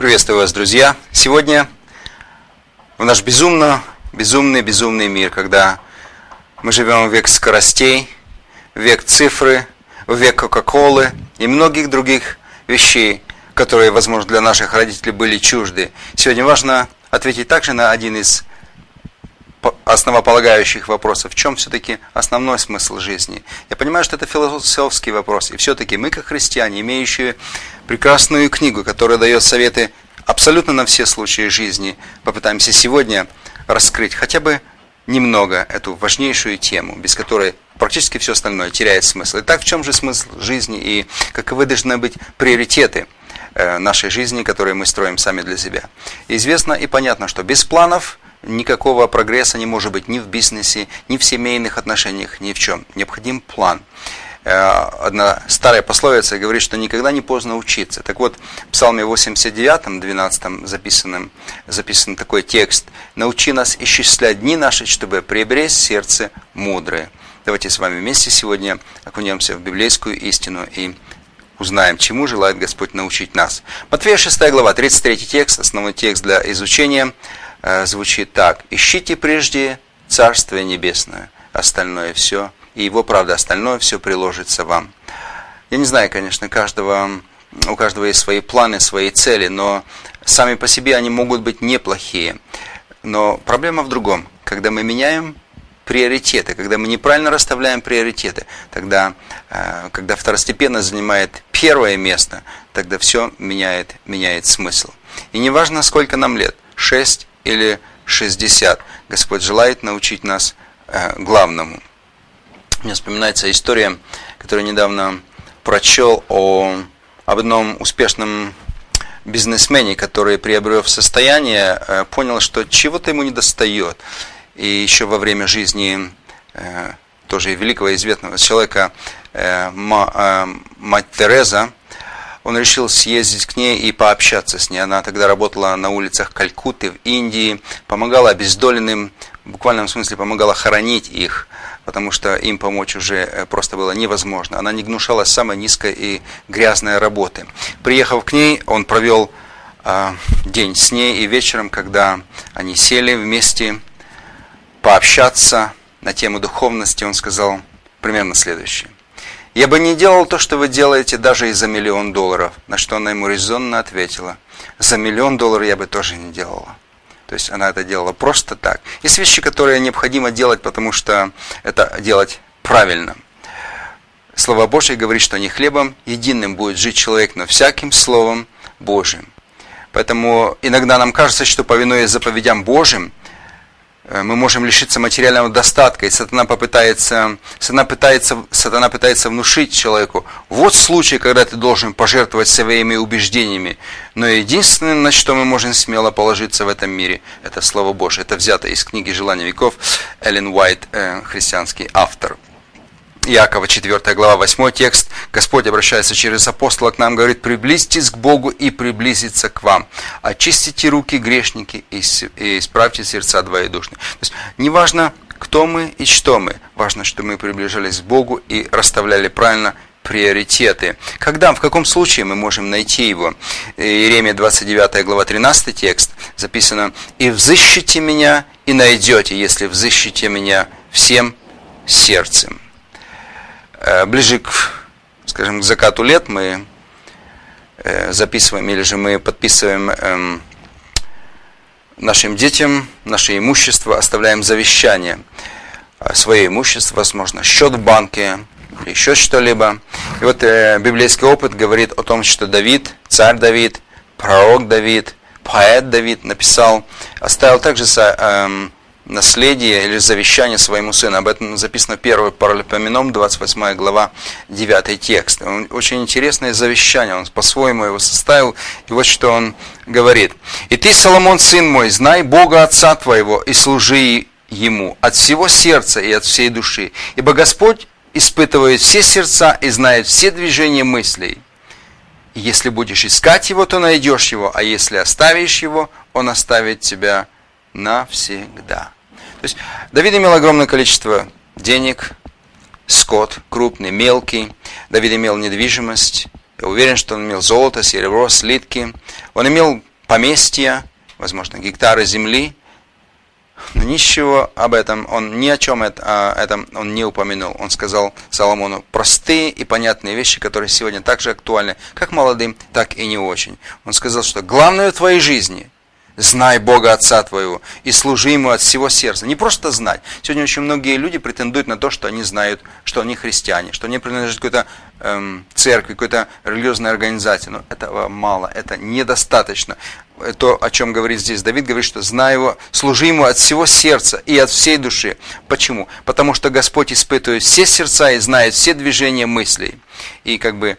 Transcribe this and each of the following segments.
Приветствую вас, друзья! Сегодня в наш безумный мир, когда мы живем в век скоростей, в век цифры, в век Кока-Колы и многих других вещей, которые, возможно, для наших родителей были чужды. Сегодня важно ответить также на один из основополагающих вопросов. В чем все-таки основной смысл жизни? Я понимаю, что это философский вопрос. И все-таки мы, как христиане, имеющие прекрасную книгу, которая дает советы абсолютно на все случаи жизни, попытаемся сегодня раскрыть хотя бы немного эту важнейшую тему, без которой практически все остальное теряет смысл. Итак, в чем же смысл жизни и каковы должны быть приоритеты нашей жизни, которые мы строим сами для себя? Известно и понятно, что без планов никакого прогресса не может быть ни в бизнесе, ни в семейных отношениях, ни в чем. Необходим план. Одна старая пословица говорит, что никогда не поздно учиться. Так вот, в Псалме 89, 12 записан такой текст: «Научи нас исчислять дни наши, чтобы приобрести сердце мудрое». Давайте с вами вместе сегодня окунемся в библейскую истину и узнаем, чему желает Господь научить нас. Матфея 6 глава, 33 текст, основной текст для изучения, звучит так: «Ищите прежде Царствие Небесное, остальное все, и Его правда, остальное все приложится вам». Я не знаю, конечно, у каждого есть свои планы, свои цели, но сами по себе они могут быть неплохие. Но проблема в другом. Когда мы меняем приоритеты, когда мы неправильно расставляем приоритеты, тогда, когда второстепенность занимает первое место, тогда все меняет смысл. И не важно, сколько нам лет, 6 или 60, Господь желает научить нас главному. Мне вспоминается история, которую недавно прочел об одном успешном бизнесмене, который, приобрев состояние, понял, что чего-то ему недостает. И еще во время жизни тоже великого известного человека, мать Тереза, он решил съездить к ней и пообщаться с ней. Она тогда работала на улицах Калькутты в Индии, помогала обездоленным, в буквальном смысле помогала хоронить их, потому что им помочь уже просто было невозможно. Она не гнушалась самой низкой и грязной работы. Приехав к ней, он провел день с ней, и вечером, когда они сели вместе пообщаться на тему духовности, он сказал примерно следующее: «Я бы не делал то, что вы делаете, даже и за $1 миллион». На что она ему резонно ответила: «За $1 миллион я бы тоже не делала». То есть она это делала просто так. Есть вещи, которые необходимо делать, потому что это делать правильно. Слово Божье говорит, что не хлебом единым будет жить человек, но всяким словом Божьим. Поэтому иногда нам кажется, что, повинуясь заповедям Божьим, мы можем лишиться материального достатка, и сатана пытается внушить человеку: вот случай, когда ты должен пожертвовать своими убеждениями. Но единственное, на что мы можем смело положиться в этом мире, это Слово Божие. Это взято из книги «Желание веков», Эллен Уайт, христианский автор. Иакова 4 глава, 8 текст. Господь обращается через апостола к нам, говорит: «Приблизьтесь к Богу, и приблизиться к вам. Очистите руки, грешники, и исправьте сердца двоедушные». То есть, не важно, кто мы и что мы. Важно, что мы приближались к Богу и расставляли правильно приоритеты. Когда, в каком случае мы можем найти его? Иеремия 29 глава, 13 текст записано: «И взыщите меня, и найдете, если взыщите меня всем сердцем». Ближе к закату лет мы записываем или же мы подписываем нашим детям наше имущество, оставляем завещание. Свое имущество, возможно, счет в банке или еще что-либо. И вот библейский опыт говорит о том, что Давид, царь Давид, пророк Давид, поэт Давид оставил также наследие или завещание своему сыну. Об этом записано в 1 Паралипоменон, 28 глава, 9 текст. Очень интересное завещание, он по-своему его составил. И вот что он говорит: «И ты, Соломон, сын мой, знай Бога Отца твоего, и служи Ему от всего сердца и от всей души. Ибо Господь испытывает все сердца и знает все движения мыслей. И если будешь искать Его, то найдешь Его, а если оставишь Его, Он оставит тебя навсегда». То есть Давид имел огромное количество денег, скот, крупный, мелкий. Давид имел недвижимость. Я уверен, что он имел золото, серебро, слитки. Он имел поместья, возможно, гектары земли. Но ничего об этом, он ни о чем этом он не упомянул. Он сказал Соломону простые и понятные вещи, которые сегодня так же актуальны, как молодым, так и не очень. Он сказал, что главное в твоей жизни – знай Бога Отца твоего и служи Ему от всего сердца. Не просто знать. Сегодня очень многие люди претендуют на то, что они знают, что они христиане, что они принадлежат к какой-то церкви, какой-то религиозной организации. Но этого мало, это недостаточно. То, о чем говорит здесь Давид, говорит, что знай Его, служи Ему от всего сердца и от всей души. Почему? Потому что Господь испытывает все сердца и знает все движения мыслей. И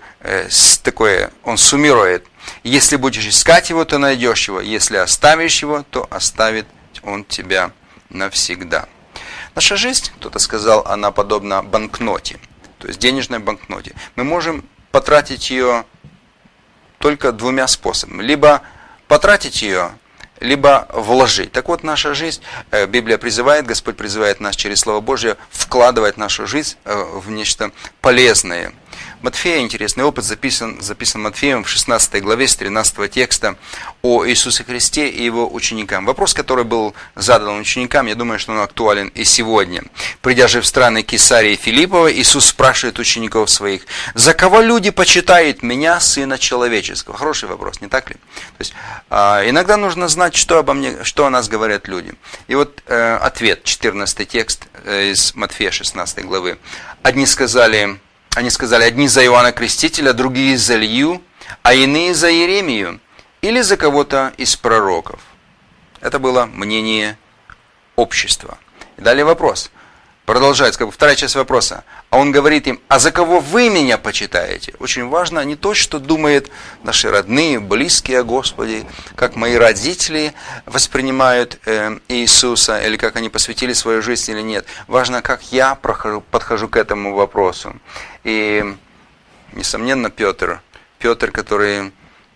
такое Он суммирует. Если будешь искать Его, то найдешь Его. Если оставишь Его, то оставит Он тебя навсегда. Наша жизнь, кто-то сказал, она подобна банкноте, то есть денежной банкноте. Мы можем потратить ее только двумя способами. Либо потратить ее, либо вложить. Так вот, наша жизнь, Библия призывает, Господь призывает нас через Слово Божье вкладывать нашу жизнь в нечто полезное. Матфея, интересный опыт, записан Матфеем в 16 главе с 13 текста о Иисусе Христе и Его ученикам. Вопрос, который был задан ученикам, я думаю, что он актуален и сегодня. Придя же в страны Кесарии Филиппова, Иисус спрашивает учеников своих: «За кого люди почитают Меня, Сына Человеческого?» Хороший вопрос, не так ли? То есть, иногда нужно знать, что о нас говорят люди. И вот ответ, 14 текст из Матфея 16 главы. Они сказали, одни за Иоанна Крестителя, другие за Илью, а иные за Иеремию или за кого-то из пророков. Это было мнение общества. И далее вопрос. Продолжается, вторая часть вопроса. А он говорит им: а за кого вы Меня почитаете? Очень важно не то, что думают наши родные, близкие о Господе, как мои родители воспринимают Иисуса, или как они посвятили свою жизнь или нет. Важно, как я подхожу к этому вопросу. И, несомненно, Петр, который...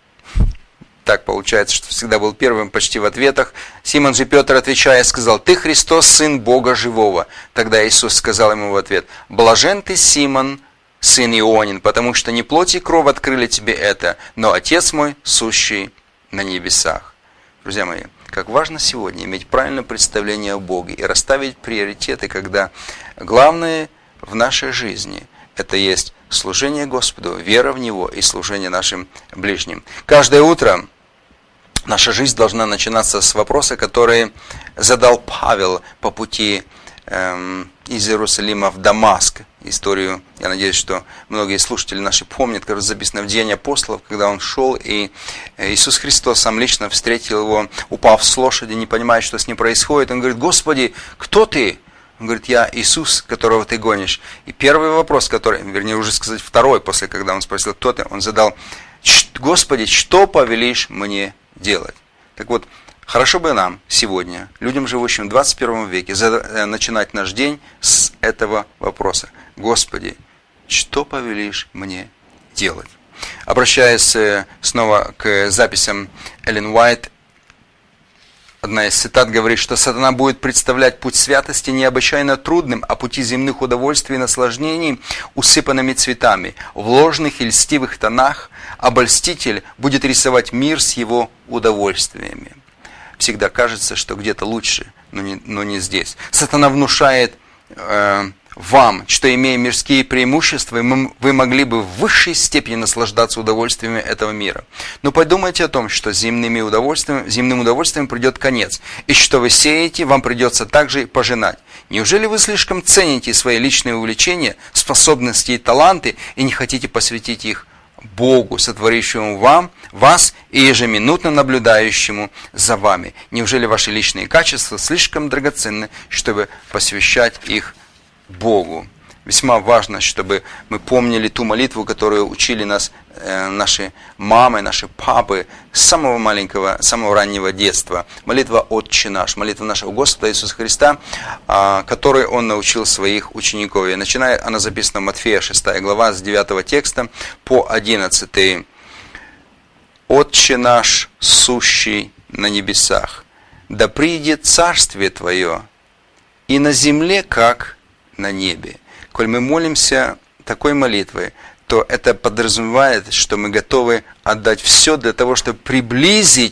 Так получается, что всегда был первым почти в ответах. Симон же Петр, отвечая, сказал: «Ты Христос, Сын Бога Живого». Тогда Иисус сказал ему в ответ: «Блажен ты, Симон, сын Ионин, потому что не плоть и кровь открыли тебе это, но Отец мой, сущий на небесах». Друзья мои, как важно сегодня иметь правильное представление о Боге и расставить приоритеты, когда главное в нашей жизни – это есть служение Господу, вера в Него и служение нашим ближним. Каждое утро наша жизнь должна начинаться с вопроса, который задал Павел по пути из Иерусалима в Дамаск. Историю, я надеюсь, что многие слушатели наши помнят, как записано в Деяниях апостолов, когда он шел, и Иисус Христос сам лично встретил его, упав с лошади, не понимая, что с ним происходит. Он говорит: «Господи, кто ты?» Он говорит: «Я Иисус, которого ты гонишь». И первый вопрос, второй, после когда он спросил, кто ты, он задал: «Господи, что повелишь мне делать?» Так вот, хорошо бы нам сегодня, людям, живущим в 21 веке, начинать наш день с этого вопроса: «Господи, что повелишь мне делать?» Обращаясь снова к записям Эллен Уайт, одна из цитат говорит, что сатана будет представлять путь святости необычайно трудным, а пути земных удовольствий и наслаждений усыпанными цветами. В ложных и льстивых тонах обольститель будет рисовать мир с его удовольствиями. Всегда кажется, что где-то лучше, но не здесь. Сатана внушает вам, что, имея мирские преимущества, вы могли бы в высшей степени наслаждаться удовольствиями этого мира. Но подумайте о том, что земным удовольствием придет конец, и что вы сеете, вам придется также пожинать. Неужели вы слишком цените свои личные увлечения, способности и таланты, и не хотите посвятить их Богу, сотворившему вас и ежеминутно наблюдающему за вами? Неужели ваши личные качества слишком драгоценны, чтобы посвящать их Богу? Весьма важно, чтобы мы помнили ту молитву, которую учили нас наши мамы, наши папы с самого маленького, самого раннего детства. Молитва «Отче наш», молитва нашего Господа Иисуса Христа, которой Он научил своих учеников. И она записана в Матфея 6 глава с 9 текста по 11. «Отче наш, сущий на небесах, да придет царствие Твое, и на земле, как на небе». Коль мы молимся такой молитвой, то это подразумевает, что мы готовы отдать все для того, чтобы приблизить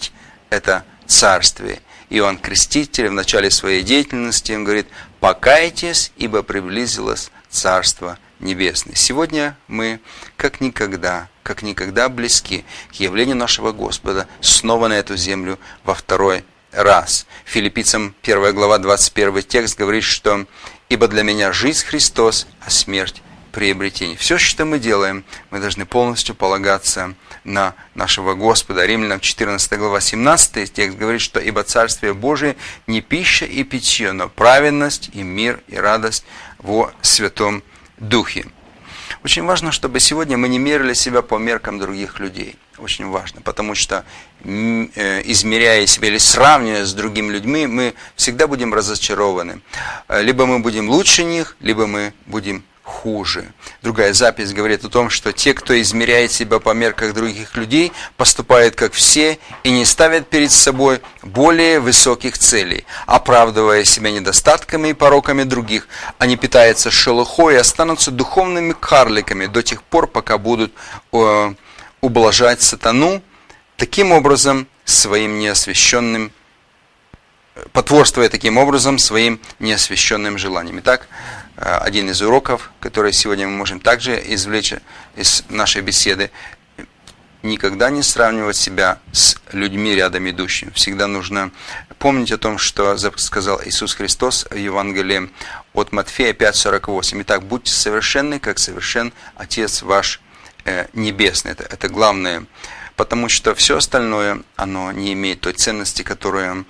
это царствие. Иоанн Креститель в начале своей деятельности он говорит: «Покайтесь, ибо приблизилось Царство Небесное». Сегодня мы как никогда близки к явлению нашего Господа снова на эту землю во второй раз. Филиппийцам 1 глава 21 текст говорит, что «Ибо для меня жизнь Христос, а смерть приобретение». Все, что мы делаем, мы должны полностью полагаться на нашего Господа. Римлянам 14 глава 17 текст говорит, что «Ибо Царствие Божие не пища и питье, но праведность и мир и радость во Святом Духе». Очень важно, чтобы сегодня мы не мерили себя по меркам других людей. Очень важно, потому что, измеряя себя или сравнивая с другими людьми, мы всегда будем разочарованы. Либо мы будем лучше них, либо мы будем хуже. Другая запись говорит о том, что те, кто измеряет себя по меркам других людей, поступают как все и не ставят перед собой более высоких целей. Оправдывая себя недостатками и пороками других, они питаются шелухой и останутся духовными карликами до тех пор, пока будут ублажать сатану, таким образом своим неосвященным, потворствуя таким образом своим неосвященным желаниям. Итак, один из уроков, который сегодня мы можем также извлечь из нашей беседы: никогда не сравнивать себя с людьми рядом идущими. Всегда нужно помнить о том, что сказал Иисус Христос в Евангелии от Матфея 5:48. Итак, будьте совершенны, как совершен Отец ваш Небесный. Это главное, потому что все остальное, оно не имеет той ценности, которую,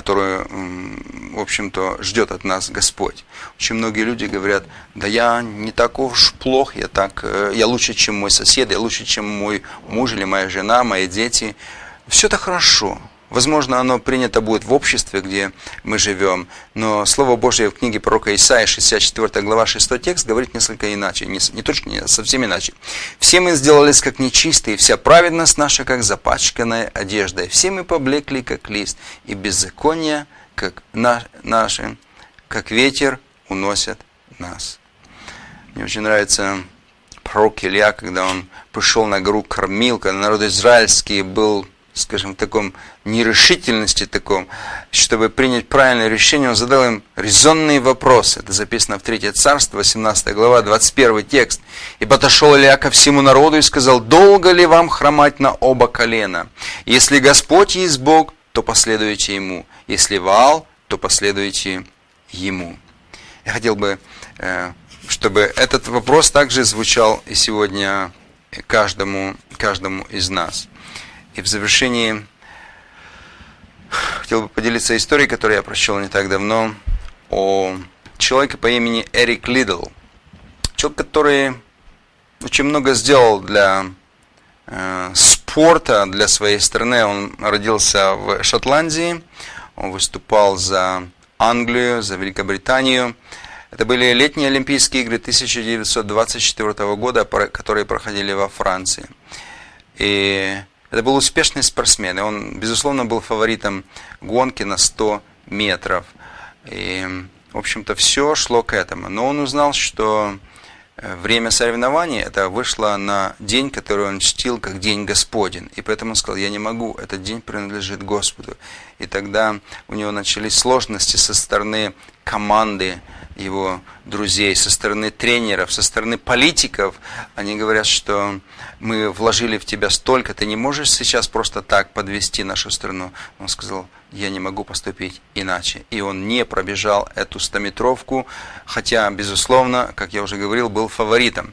в общем-то, ждет от нас Господь. Очень многие люди говорят: да я не такой уж плох, я лучше, чем мой сосед, я лучше, чем мой муж или моя жена, мои дети. Все это хорошо. Возможно, оно принято будет в обществе, где мы живем, но Слово Божье в книге пророка Исаии, 64 глава, 6 текст, говорит несколько иначе, не точно, не совсем иначе. «Все мы сделались как нечистые, вся праведность наша, как запачканная одежда, и все мы поблекли, как лист, и беззаконие, как наши, как ветер, уносят нас». Мне очень нравится пророк Илья, когда он пришел на гору Кармил, когда народ израильский был, скажем, в таком нерешительности таком, чтобы принять правильное решение, он задал им резонные вопросы. Это записано в 3 Царство, 18 глава, 21 текст. «И подошел Илья ко всему народу и сказал: долго ли вам хромать на оба колена? Если Господь есть Бог, то последуйте Ему. Если Ваал, то последуйте Ему». Я хотел бы, чтобы этот вопрос также звучал и сегодня каждому из нас. И в завершении хотел бы поделиться историей, которую я прочел не так давно, о человеке по имени Эрик Лидл. Человек, который очень много сделал для спорта, для своей страны. Он родился в Шотландии, он выступал за Англию, за Великобританию. Это были летние Олимпийские игры 1924 года, которые проходили во Франции. И это был успешный спортсмен, и он, безусловно, был фаворитом гонки на 100 метров. И, в общем-то, все шло к этому. Но он узнал, что время соревнований это вышло на день, который он чтил как День Господень. И поэтому он сказал: я не могу, этот день принадлежит Господу. И тогда у него начались сложности со стороны команды его друзей, со стороны тренеров, со стороны политиков. Они говорят, что мы вложили в тебя столько, ты не можешь сейчас просто так подвести нашу страну. Он сказал: я не могу поступить иначе. И он не пробежал эту 100-метровку, хотя, безусловно, как я уже говорил, был фаворитом.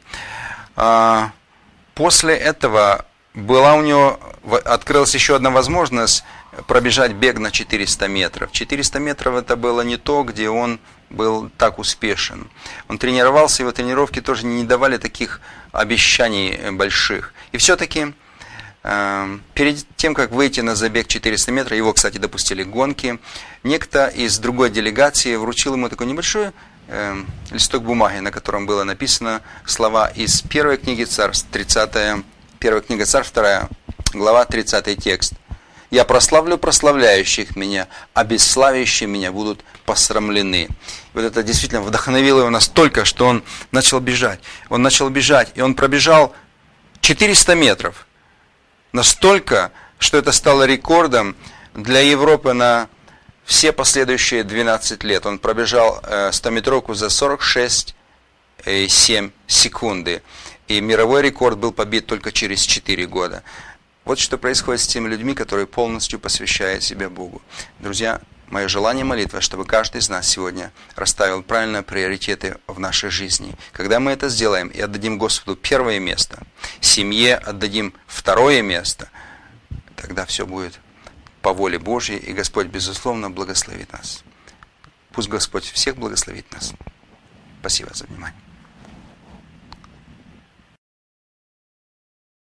После этого была у него, открылась еще одна возможность пробежать бег на 400 метров. 400 метров это было не то, где он был так успешен. Он тренировался, его тренировки тоже не давали таких обещаний больших. И все-таки перед тем, как выйти на забег 400 метров, его, кстати, допустили к гонке, некто из другой делегации вручил ему такой небольшой листок бумаги, на котором было написано слова из первой книги Царств, 1 книга Царств, 2 глава, 30 текст. «Я прославлю прославляющих меня, а бесславящие меня будут посрамлены». И вот это действительно вдохновило его настолько, что он начал бежать. Он начал бежать, и он пробежал 400 метров. Настолько, что это стало рекордом для Европы на все последующие 12 лет. Он пробежал 100-метровку за 46,7 секунды. И мировой рекорд был побит только через 4 года. Вот что происходит с теми людьми, которые полностью посвящают себя Богу. Друзья, мое желание молитва, чтобы каждый из нас сегодня расставил правильные приоритеты в нашей жизни. Когда мы это сделаем и отдадим Господу первое место, семье отдадим второе место, тогда все будет по воле Божьей, и Господь, безусловно, благословит нас. Пусть Господь всех благословит нас. Спасибо за внимание.